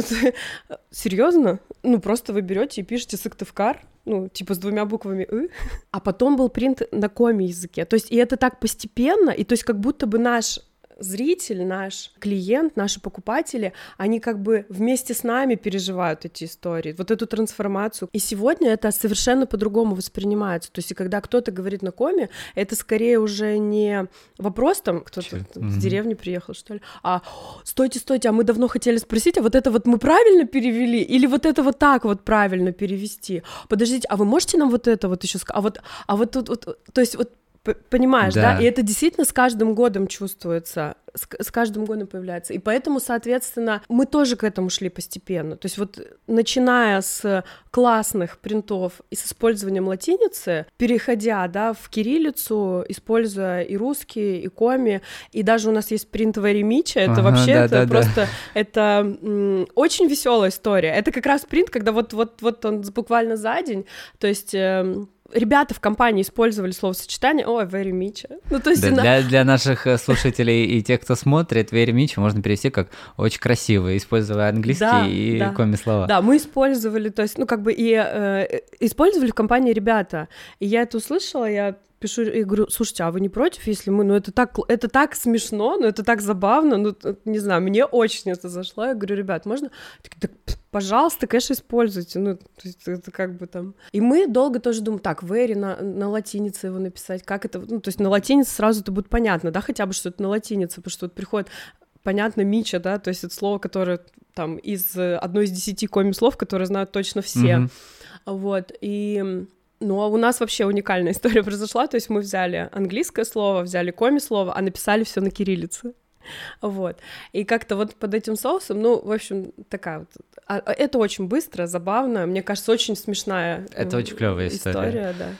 серьезно? Ну, просто вы берете и пишете Сыктывкар, ну, типа с двумя буквами «ы», а потом был принт на коми-языке. То есть, и это так постепенно, и то есть как будто бы наш зритель, наш клиент, наши покупатели, они как бы вместе с нами переживают эти истории, вот эту трансформацию. И сегодня это совершенно по-другому воспринимается. То есть, и когда кто-то говорит на коме, это скорее уже не вопрос там, кто-то там, с деревни приехал, что ли, а стойте, стойте, а мы давно хотели спросить, а вот это вот мы правильно перевели? Или вот это вот так вот правильно перевести? Подождите, а вы можете нам вот это вот еще сказать? А вот, а вот тут вот, то есть вот понимаешь, да. да? И это действительно с каждым годом чувствуется, с, с каждым годом появляется. И поэтому, соответственно, мы тоже к этому шли постепенно. То есть вот начиная с классных принтов и с использованием латиницы, переходя, да, в кириллицу, используя и русский, и коми, и даже у нас есть принт Веримича, это ага, вообще да, это да, просто, да. это м, очень веселая история. Это как раз принт, когда вот, вот, вот он буквально за день, то есть... Э, ребята в компании использовали словосочетание «Ой, very much». Ну, то есть да, на... для, для наших слушателей и тех, кто смотрит, very much можно перевести как «очень красиво», используя английский да, и да. коми-слова. Да, мы использовали, то есть, ну, как бы и э, использовали в компании ребята. И я это услышала, я пишу и говорю, слушайте, а вы не против, если мы, ну, это так, это так смешно, ну, это так забавно, ну, не знаю, мне очень это зашло. Я говорю, ребят, можно? Так, пожалуйста, конечно, используйте, ну, то есть это как бы там... И мы долго тоже думаем, так, very на, на латинице его написать, как это, ну, то есть на латинице сразу это будет понятно, да, хотя бы, что это на латинице, потому что вот приходит, понятно, Мича, да, то есть это слово, которое там из одной из десяти коми-слов, которые знают точно все, mm-hmm. вот, и... Ну, а у нас вообще уникальная история произошла, то есть мы взяли английское слово, взяли коми-слово, а написали все на кириллице. Вот. И как-то вот под этим соусом, ну, в общем, такая вот... А, это очень быстро, забавно, мне кажется, очень смешная это очень клёвая история. история, да.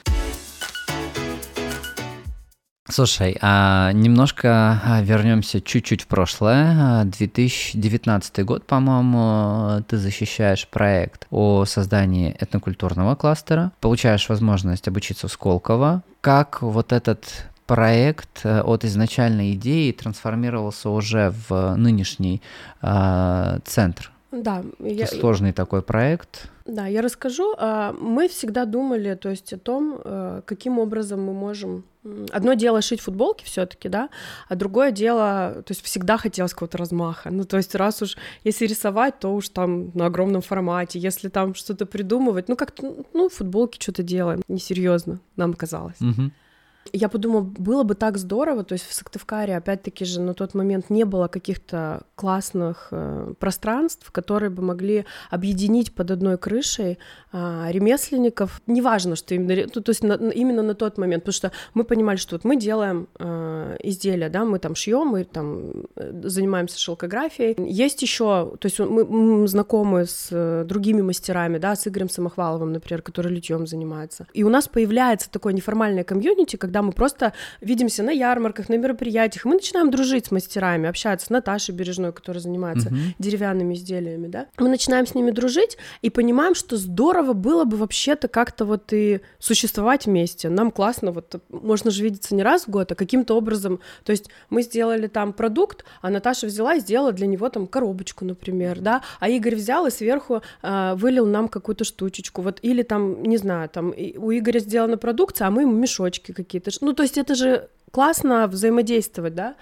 Слушай, а немножко вернемся чуть-чуть в прошлое. две тысячи девятнадцатый год, по-моему, ты защищаешь проект о создании этнокультурного кластера, получаешь возможность обучиться в Сколково. Как вот этот проект от изначальной идеи трансформировался уже в нынешний э, центр? Да. Это я... сложный такой проект. Да, я расскажу. Мы всегда думали, то есть о том, каким образом мы можем... Одно дело шить футболки все-таки, да, а другое дело, то есть всегда хотелось какого-то размаха. Ну, то есть раз уж, если рисовать, то уж там на огромном формате, если там что-то придумывать, ну, как-то, ну, футболки что-то делаем, несерьезно, нам казалось. Угу. Я подумала, было бы так здорово, то есть в Сыктывкаре, опять-таки же, на тот момент не было каких-то классных э, пространств, которые бы могли объединить под одной крышей э, ремесленников. Неважно, что именно, ну, то есть на, именно на тот момент, потому что мы понимали, что вот мы делаем э, изделия, да, мы там шьем, мы там занимаемся шелкографией. Есть еще, то есть мы, мы знакомы с э, другими мастерами, да, с Игорем Самохваловым, например, который литьем занимается. И у нас появляется такое неформальное комьюнити, когда мы просто видимся на ярмарках, на мероприятиях, мы начинаем дружить с мастерами, общаться с Наташей Бережной, которая занимается uh-huh. деревянными изделиями, да. Мы начинаем с ними дружить и понимаем, что здорово было бы вообще-то как-то вот и существовать вместе. Нам классно, вот можно же видеться не раз в год, а каким-то образом, то есть мы сделали там продукт, а Наташа взяла и сделала для него там коробочку, например, да, а Игорь взял и сверху э, вылил нам какую-то штучечку, вот, или там, не знаю, там у Игоря сделана продукция, а мы ему мешочки какие-то. Ну, то есть это же классно взаимодействовать, да,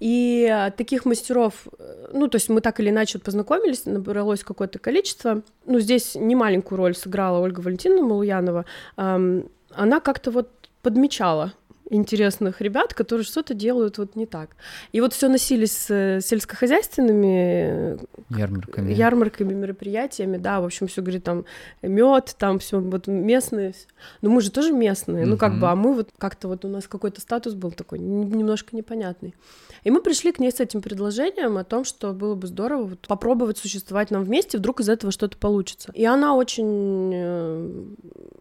и таких мастеров, ну, то есть мы так или иначе познакомились, набралось какое-то количество, ну, здесь немаленькую роль сыграла Ольга Валентиновна Малуянова, эм, она как-то вот подмечала интересных ребят, которые что-то делают вот не так. И вот все носились с сельскохозяйственными ярмарками, ярмарками, мероприятиями, да, в общем, все говорит, там, мед, там все вот местные. Но мы же тоже местные, uh-huh. ну, как бы, а мы вот как-то вот у нас какой-то статус был такой немножко непонятный. И мы пришли к ней с этим предложением о том, что было бы здорово вот попробовать существовать нам вместе, вдруг из этого что-то получится. И она очень...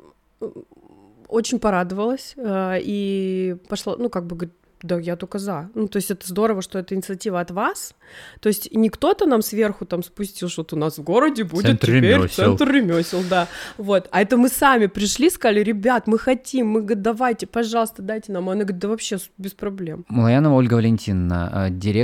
очень порадовалась э, и пошла, ну, как бы, говорит, да, я только за. Ну, то есть это здорово, что это инициатива от вас. То есть не кто-то нам сверху там спустил, что вот у нас в городе будет центр теперь ремесел. центр ремесел, да. Вот. А это мы сами пришли, сказали, ребят, мы хотим, мы говорим, давайте, пожалуйста, дайте нам. Она говорит, да вообще без проблем. Малуянова Ольга Валентиновна,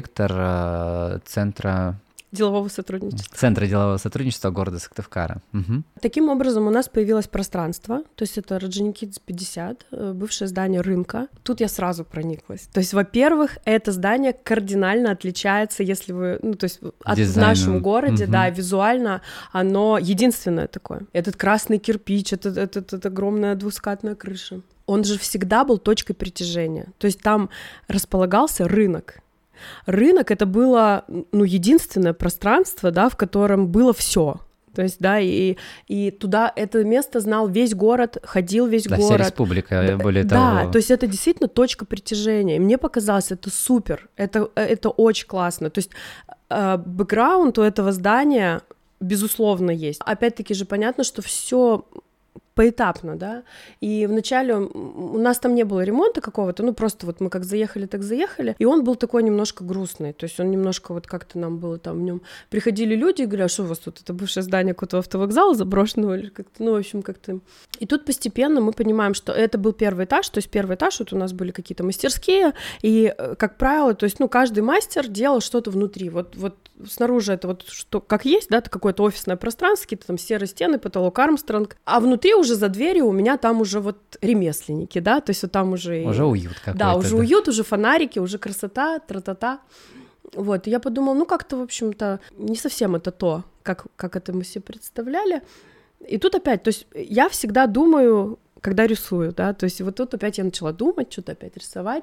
директор центра... делового сотрудничества. Центра делового сотрудничества города Сыктывкара. Угу. Таким образом, у нас появилось пространство, то есть это Орджоникидзе пятьдесят, бывшее здание рынка. Тут я сразу прониклась. То есть, во-первых, это здание кардинально отличается, если вы, ну, то есть от, в нашем городе, угу. да, визуально оно единственное такое. Этот красный кирпич, этот, этот, этот огромная двускатная крыша. Он же всегда был точкой притяжения. То есть там располагался рынок. Рынок — это было, ну, единственное пространство, да, в котором было все. То есть, да, и, и туда это место знал весь город, ходил весь да, город. Вся республика, более да, того. Да, то есть это действительно точка притяжения. И мне показалось, это супер, это, это очень классно. То есть э, бэкграунд у этого здания, безусловно, есть. Опять-таки же понятно, что все поэтапно, да, и вначале он, у нас там не было ремонта какого-то, ну, просто вот мы как заехали, так заехали, и он был такой немножко грустный, то есть он немножко вот как-то нам было там в нем, приходили люди и говорят, что у вас тут, это бывшее здание какого-то автовокзала заброшенного или как-то, ну, в общем, как-то. И тут постепенно мы понимаем, что это был первый этаж, то есть первый этаж, вот у нас были какие-то мастерские, и, как правило, то есть, ну, каждый мастер делал что-то внутри, вот, вот снаружи это вот что, как есть, да, это какое-то офисное пространство, какие-то там серые стены, потолок Армстронг, а внутри уже за дверью у меня там уже вот ремесленники, да, то есть вот там уже... Уже уют какой-то. Да, уже да. уют, уже фонарики, уже красота, тра-та-та. Вот, и я подумала, ну как-то, в общем-то, не совсем это то, как, как это мы себе представляли. И тут опять, то есть я всегда думаю, когда рисую, да, то есть вот тут опять я начала думать, что-то опять рисовать.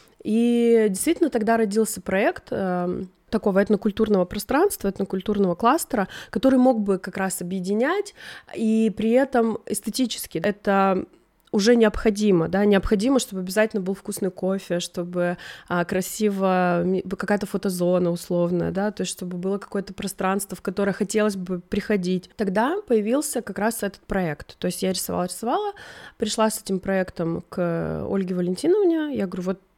И действительно тогда родился проект... Э- такого этнокультурного пространства, этнокультурного кластера, который мог бы как раз объединять, и при этом эстетически это уже необходимо, да, необходимо, чтобы обязательно был вкусный кофе, чтобы а, красиво, какая-то фотозона условная, да, то есть чтобы было какое-то пространство, в которое хотелось бы приходить. Тогда появился как раз этот проект, то есть я рисовала, рисовала, пришла с этим проектом к Ольге Валентиновне, я говорю, вот,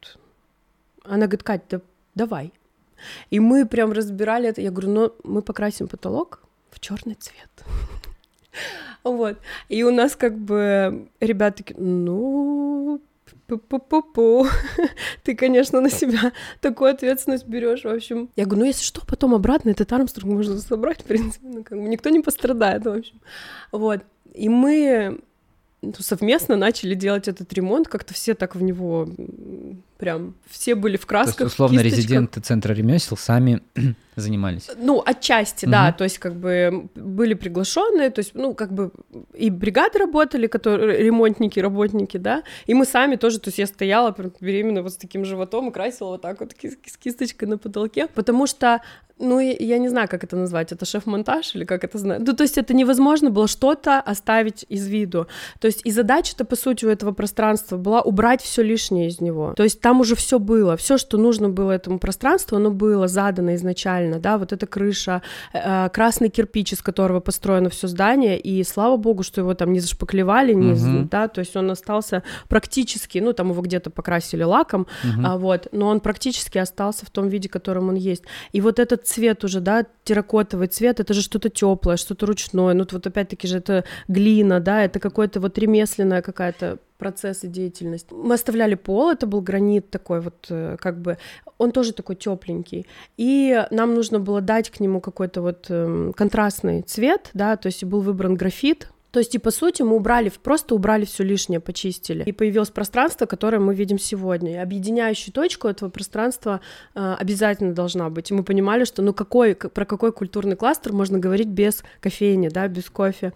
она говорит, Кать, да давай. И мы прям разбирали это. Я говорю, ну, мы покрасим потолок в черный цвет. Вот. И у нас как бы ребята такие, ну, Пу-пу-пу-пу. Ты, конечно, на себя такую ответственность берешь. В общем, я говорю, ну если что, потом обратно этот Армстронг можно собрать, в принципе, ну, как бы никто не пострадает, в общем. Вот. И мы совместно начали делать этот ремонт, как-то все так в него прям, все были в красках. То есть, условно, кисточках. Резиденты Центра ремесел сами занимались? Ну, отчасти, угу. да, то есть как бы были приглашенные, то есть, ну, как бы и бригады работали, которые, ремонтники, работники, да, и мы сами тоже, то есть я стояла прям беременная вот с таким животом и красила вот так вот с кисточкой на потолке, потому что, ну, я не знаю, как это назвать, это шеф-монтаж или как это знать, ну, то есть это невозможно было что-то оставить из виду, то есть и задача-то, по сути, у этого пространства была убрать все лишнее из него, то есть там уже все было, все, что нужно было этому пространству, оно было задано изначально, да, вот эта крыша, э, красный кирпич, из которого построено все здание, и слава богу, что его там не зашпаклевали, не, uh-huh. да, то есть он остался практически, ну, там его где-то покрасили лаком, uh-huh. а, вот, но он практически остался в том виде, которым он есть, и вот этот цвет уже, да, терракотовый цвет, это же что-то теплое, что-то ручное, ну, вот опять-таки же это глина, да, это какое-то вот ремесленная какая-то процесс и деятельность. Мы оставляли пол, это был гранит такой вот, как бы, он тоже такой тепленький, и нам нужно было дать к нему какой-то вот э, контрастный цвет, да, то есть был выбран графит. То есть, и по сути, мы убрали, просто убрали все лишнее, почистили. И появилось пространство, которое мы видим сегодня. И объединяющей точку этого пространства э, обязательно должна быть. И мы понимали, что ну какой, про какой культурный кластер можно говорить без кофейни, да, без кофе.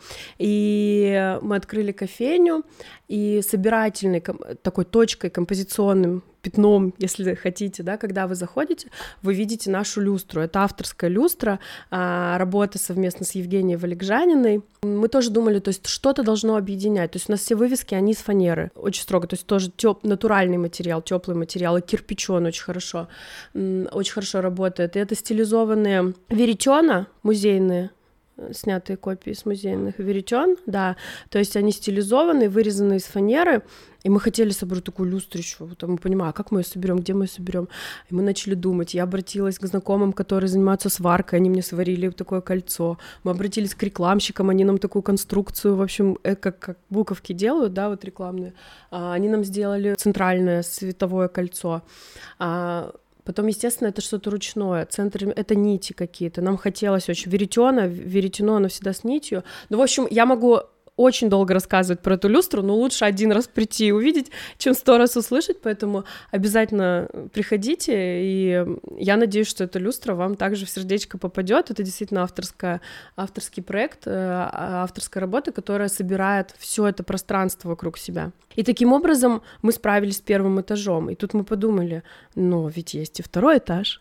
И мы открыли кофейню, и собирательной такой точкой, композиционным пятном, если хотите, да, когда вы заходите, вы видите нашу люстру. Это авторская люстра, работа совместно с Евгенией Валикжаниной. Мы тоже думали, то есть что-то должно объединять. То есть у нас все вывески, они из фанеры, очень строго, то есть тоже тёп, натуральный материал, теплый материал, и кирпич он очень хорошо, очень хорошо работает. И это стилизованные веретена музейные, снятые копии с музейных веретен, да, то есть они стилизованные, вырезанные из фанеры, и мы хотели собрать такую люстрищу, вот, мы понимаем, а как мы ее соберем, где мы ее соберем, и мы начали думать, я обратилась к знакомым, которые занимаются сваркой, они мне сварили такое кольцо, мы обратились к рекламщикам, они нам такую конструкцию, в общем, как, как буковки делают, да, вот рекламные, они нам сделали центральное световое кольцо. Потом, естественно, это что-то ручное, центр — это нити какие-то. Нам хотелось очень веретено, веретено, оно всегда с нитью. Ну, в общем, я могу очень долго рассказывать про эту люстру, но лучше один раз прийти и увидеть, чем сто раз услышать, поэтому обязательно приходите, и я надеюсь, что эта люстра вам также в сердечко попадет. Это действительно авторская, авторский проект, авторская работа, которая собирает все это пространство вокруг себя. И таким образом мы справились с первым этажом, и тут мы подумали, ну, ведь есть и второй этаж.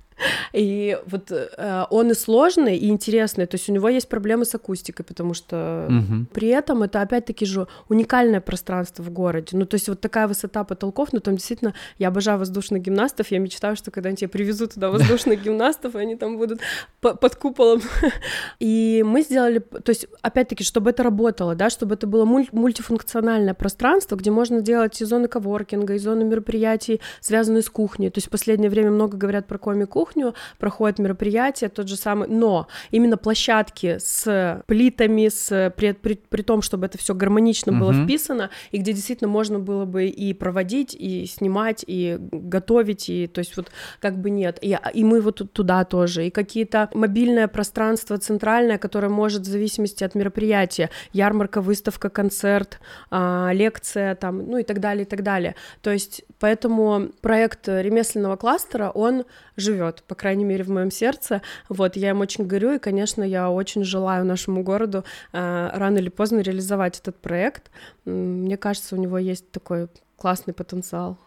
И вот э, он и сложный, и интересный, то есть у него есть проблемы с акустикой, потому что угу. при этом это опять-таки же уникальное пространство в городе, ну то есть вот такая высота потолков, ну там действительно, я обожаю воздушных гимнастов, я мечтаю, что когда-нибудь я привезу туда воздушных гимнастов, и они там будут под куполом, и мы сделали, то есть опять-таки, чтобы это работало, да, чтобы это было мультифункциональное пространство, где можно делать и зоны коворкинга, и зоны мероприятий, связанные с кухней, то есть в последнее время много говорят про коми-кухню, проходят мероприятия, тот же самый, но именно площадки с плитами, с, при, при, при том, чтобы это все гармонично было uh-huh. вписано, и где действительно можно было бы и проводить, и снимать, и готовить, и то есть вот как бы нет, и, и мы вот туда тоже, и какие-то мобильное пространство центральное, которое может в зависимости от мероприятия, ярмарка, выставка, концерт, а, лекция там, ну и так далее, и так далее, то есть поэтому проект ремесленного кластера, он живет, по крайней мере, в моем сердце. Вот, я им очень горю, и, конечно, я очень желаю нашему городу э, рано или поздно реализовать этот проект. Мне кажется, у него есть такой классный потенциал.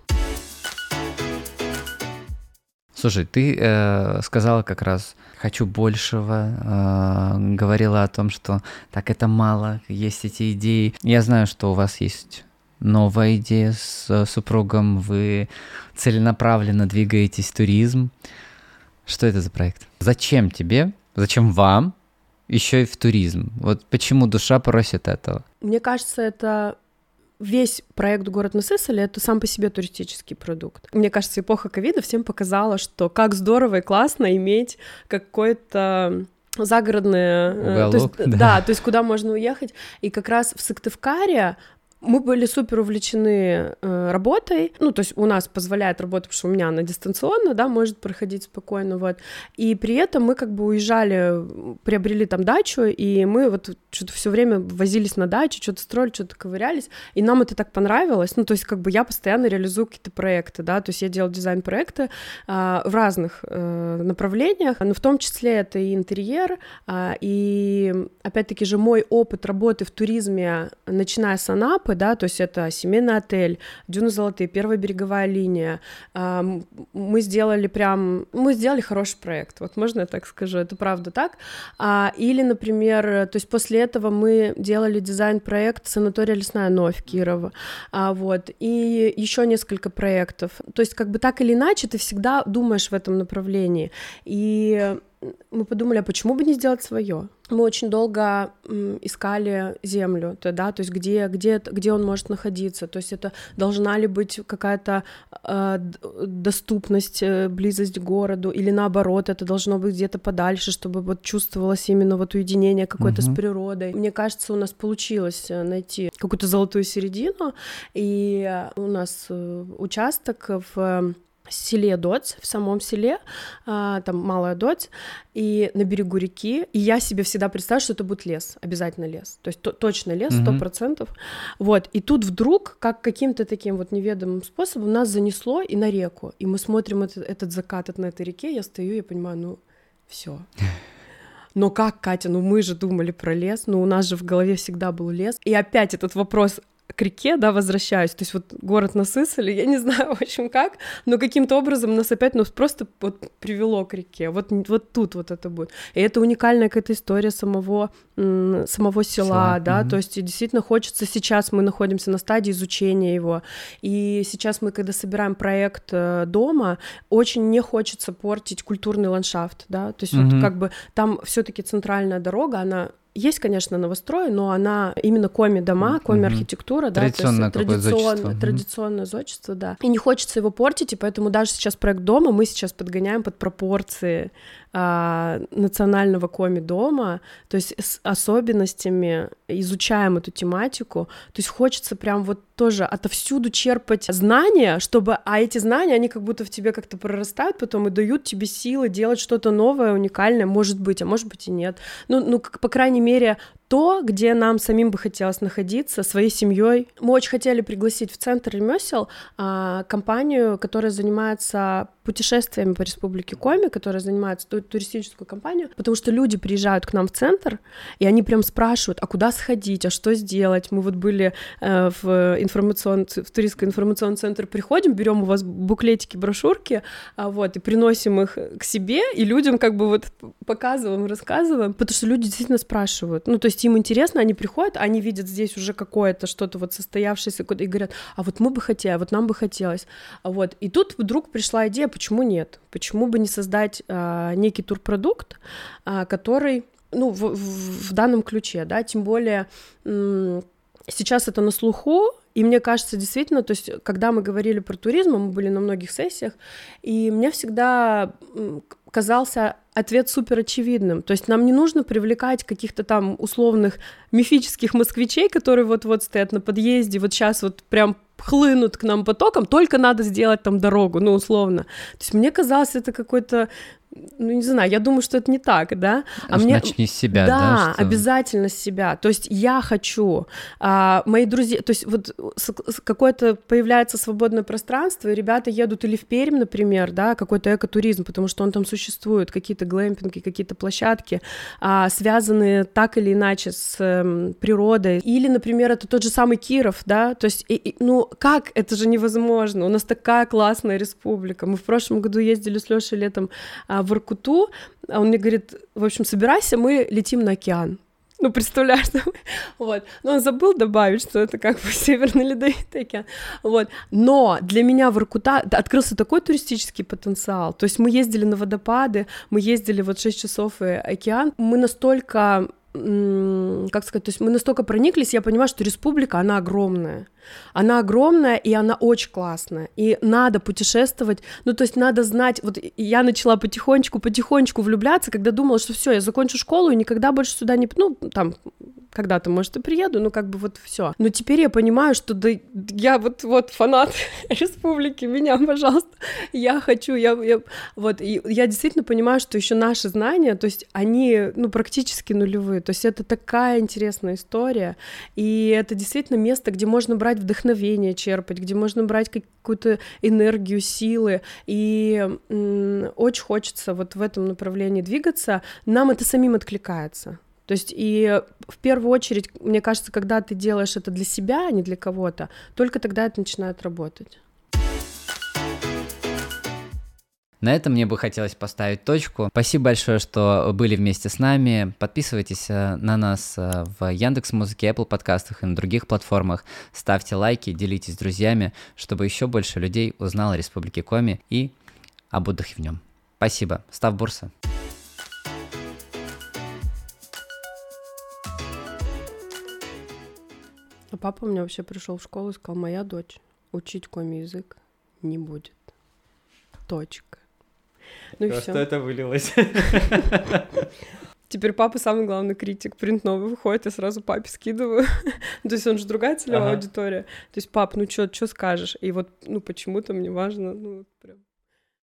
Слушай, ты э, сказала как раз «хочу большего», э, говорила о том, что так это мало, есть эти идеи. Я знаю, что у вас есть новая идея с супругом, вы целенаправленно двигаетесь в туризм. Что это за проект? Зачем тебе, зачем вам еще и в туризм? Вот почему душа просит этого? Мне кажется, это весь проект «Город на Сысоле» — это сам по себе туристический продукт. Мне кажется, эпоха ковида всем показала, что как здорово и классно иметь какой-то загородное... Уголок, то есть, да. да, то есть куда можно уехать. И как раз в Сыктывкаре Мы были супер увлечены э, работой, ну, то есть у нас позволяет работать, потому что у меня она дистанционно, да, может проходить спокойно, вот, и при этом мы как бы уезжали, приобрели там дачу, и мы вот что-то все время возились на дачу, что-то строили, что-то ковырялись, и нам это так понравилось, ну, то есть как бы я постоянно реализую какие-то проекты, да, то есть я делаю дизайн-проекты э, в разных э, направлениях, но в том числе это и интерьер, э, и опять-таки же мой опыт работы в туризме, начиная с Анапы, да, то есть это семейный отель, Дюны Золотые, Первая береговая линия. Мы сделали прям, мы сделали хороший проект, вот можно я так скажу, это правда так. Или, например, то есть после этого мы делали дизайн-проект санатория Лесная Новь Кирова, вот, и еще несколько проектов. То есть как бы так или иначе ты всегда думаешь в этом направлении. И мы подумали, а почему бы не сделать свое? Мы очень долго м, искали землю, то, да, то есть где, где, где он может находиться, то есть это должна ли быть какая-то э, доступность, близость к городу, или наоборот, это должно быть где-то подальше, чтобы вот чувствовалось именно вот уединение какое-то mm-hmm. с природой. Мне кажется, у нас получилось найти какую-то золотую середину, и у нас участок в селе Додь, в самом селе, а, там Малая Додь, и на берегу реки, и я себе всегда представляю, что это будет лес, обязательно лес, то есть то, точно лес, сто процентов, mm-hmm. вот, и тут вдруг, как каким-то таким вот неведомым способом нас занесло и на реку, и мы смотрим этот, этот закат на этой реке, я стою, я понимаю, ну, все. Но как, Катя, ну мы же думали про лес, ну у нас же в голове всегда был лес, и опять этот вопрос к реке, да, возвращаюсь, то есть вот город насысали, я не знаю, в общем, как, но каким-то образом нас опять, ну, просто вот привело к реке, вот, вот тут вот это будет. И это уникальная какая-то история самого, м- самого села, Села. да, mm-hmm. то есть действительно хочется, сейчас мы находимся на стадии изучения его, и сейчас мы, когда собираем проект дома, очень не хочется портить культурный ландшафт, да, то есть mm-hmm. вот как бы там все-таки центральная дорога, она есть, конечно, новострой, но она именно коми-дома, коми-архитектура, да, традиционное то есть традиционное, традиционное зодчество, да. И не хочется его портить, и поэтому даже сейчас проект дома мы сейчас подгоняем под пропорции а, национального коми-дома, то есть с особенностями изучаем эту тематику, то есть хочется прям вот тоже отовсюду черпать знания, чтобы, а эти знания, они как будто в тебе как-то прорастают потом и дают тебе силы делать что-то новое, уникальное, может быть, а может быть и нет. Ну, ну как, по крайней мере, то, где нам самим бы хотелось находиться, своей семьей. Мы очень хотели пригласить в Центр ремесел а, компанию, которая занимается путешествиями по Республике Коми, которая занимается ту- туристическую компанию, потому что люди приезжают к нам в центр, и они прям спрашивают, а куда сходить, а что сделать. Мы вот были э, в, информацион... в туристско-информационный центр, приходим, берем у вас буклетики, брошюрки, а, вот, и приносим их к себе, и людям как бы вот показываем, рассказываем, потому что люди действительно спрашивают. Ну, то есть им интересно, они приходят, они видят здесь уже какое-то что-то вот состоявшееся, и говорят, а вот мы бы хотели, а вот нам бы хотелось. Вот. И тут вдруг пришла идея, почему нет? Почему бы не создать а, некий турпродукт, а, который, ну, в, в, в данном ключе, да, тем более м- сейчас это на слуху, и мне кажется, действительно, то есть, когда мы говорили про туризм, мы были на многих сессиях, и мне всегда казался ответ супер очевидным. То есть нам не нужно привлекать каких-то там условных мифических москвичей, которые вот-вот стоят на подъезде, вот сейчас вот прям хлынут к нам потоком, только надо сделать там дорогу, ну, условно. То есть мне казалось, это какой-то, ну, не знаю, я думаю, что это не так, да? А мне... Начни с себя, да? Да, что... обязательно с себя. То есть я хочу, а, мои друзья, то есть вот какое-то появляется свободное пространство, и ребята едут или в Пермь, например, да, какой-то экотуризм, потому что он там существует, какие-то глэмпинги, какие-то площадки, а, связанные так или иначе с э, природой. Или, например, это тот же самый Киров, да, то есть, и, и, ну, как? Это же невозможно. У нас такая классная республика. Мы в прошлом году ездили с Лёшей летом а, в Воркуту, а он мне говорит, в общем, собирайся, мы летим на океан. Ну, представляешь, вот. Но он забыл добавить, что это как бы Северный Ледовитый океан, вот. Но для меня Воркута открылся такой туристический потенциал, то есть мы ездили на водопады, мы ездили вот шесть часов и океан, мы настолько как сказать, то есть мы настолько прониклись, я понимаю, что республика, она огромная. Она огромная, и она очень классная. И надо путешествовать, ну, то есть надо знать, вот я начала потихонечку-потихонечку влюбляться, когда думала, что все, я закончу школу и никогда больше сюда не... Ну, там, когда-то, может, и приеду, ну, как бы вот все. Но теперь я понимаю, что да, я вот, вот фанат республики, меня, пожалуйста, я хочу, я, я... Вот, и я действительно понимаю, что еще наши знания, то есть они, ну, практически нулевые, то есть это такая интересная история, и это действительно место, где можно брать вдохновение, черпать, где можно брать какую-то энергию, силы, и м- очень хочется вот в этом направлении двигаться, нам это самим откликается. То есть и в первую очередь, мне кажется, когда ты делаешь это для себя, а не для кого-то, только тогда это начинает работать. На этом мне бы хотелось поставить точку. Спасибо большое, что были вместе с нами. Подписывайтесь на нас в Яндекс.Музыке, Apple подкастах и на других платформах. Ставьте лайки, делитесь с друзьями, чтобы еще больше людей узнало о Республике Коми и об отдыхе в нем. Спасибо. Став Бурса. А папа у меня вообще пришел в школу и сказал: моя дочь учить коми язык не будет. Точка. Ну и все. Что это вылилось? Теперь папа самый главный критик. Принт новый выходит, я сразу папе скидываю. То есть он же другая целевая ага. аудитория. То есть: пап, ну чё, чё скажешь? И вот, ну почему-то мне важно, ну прям...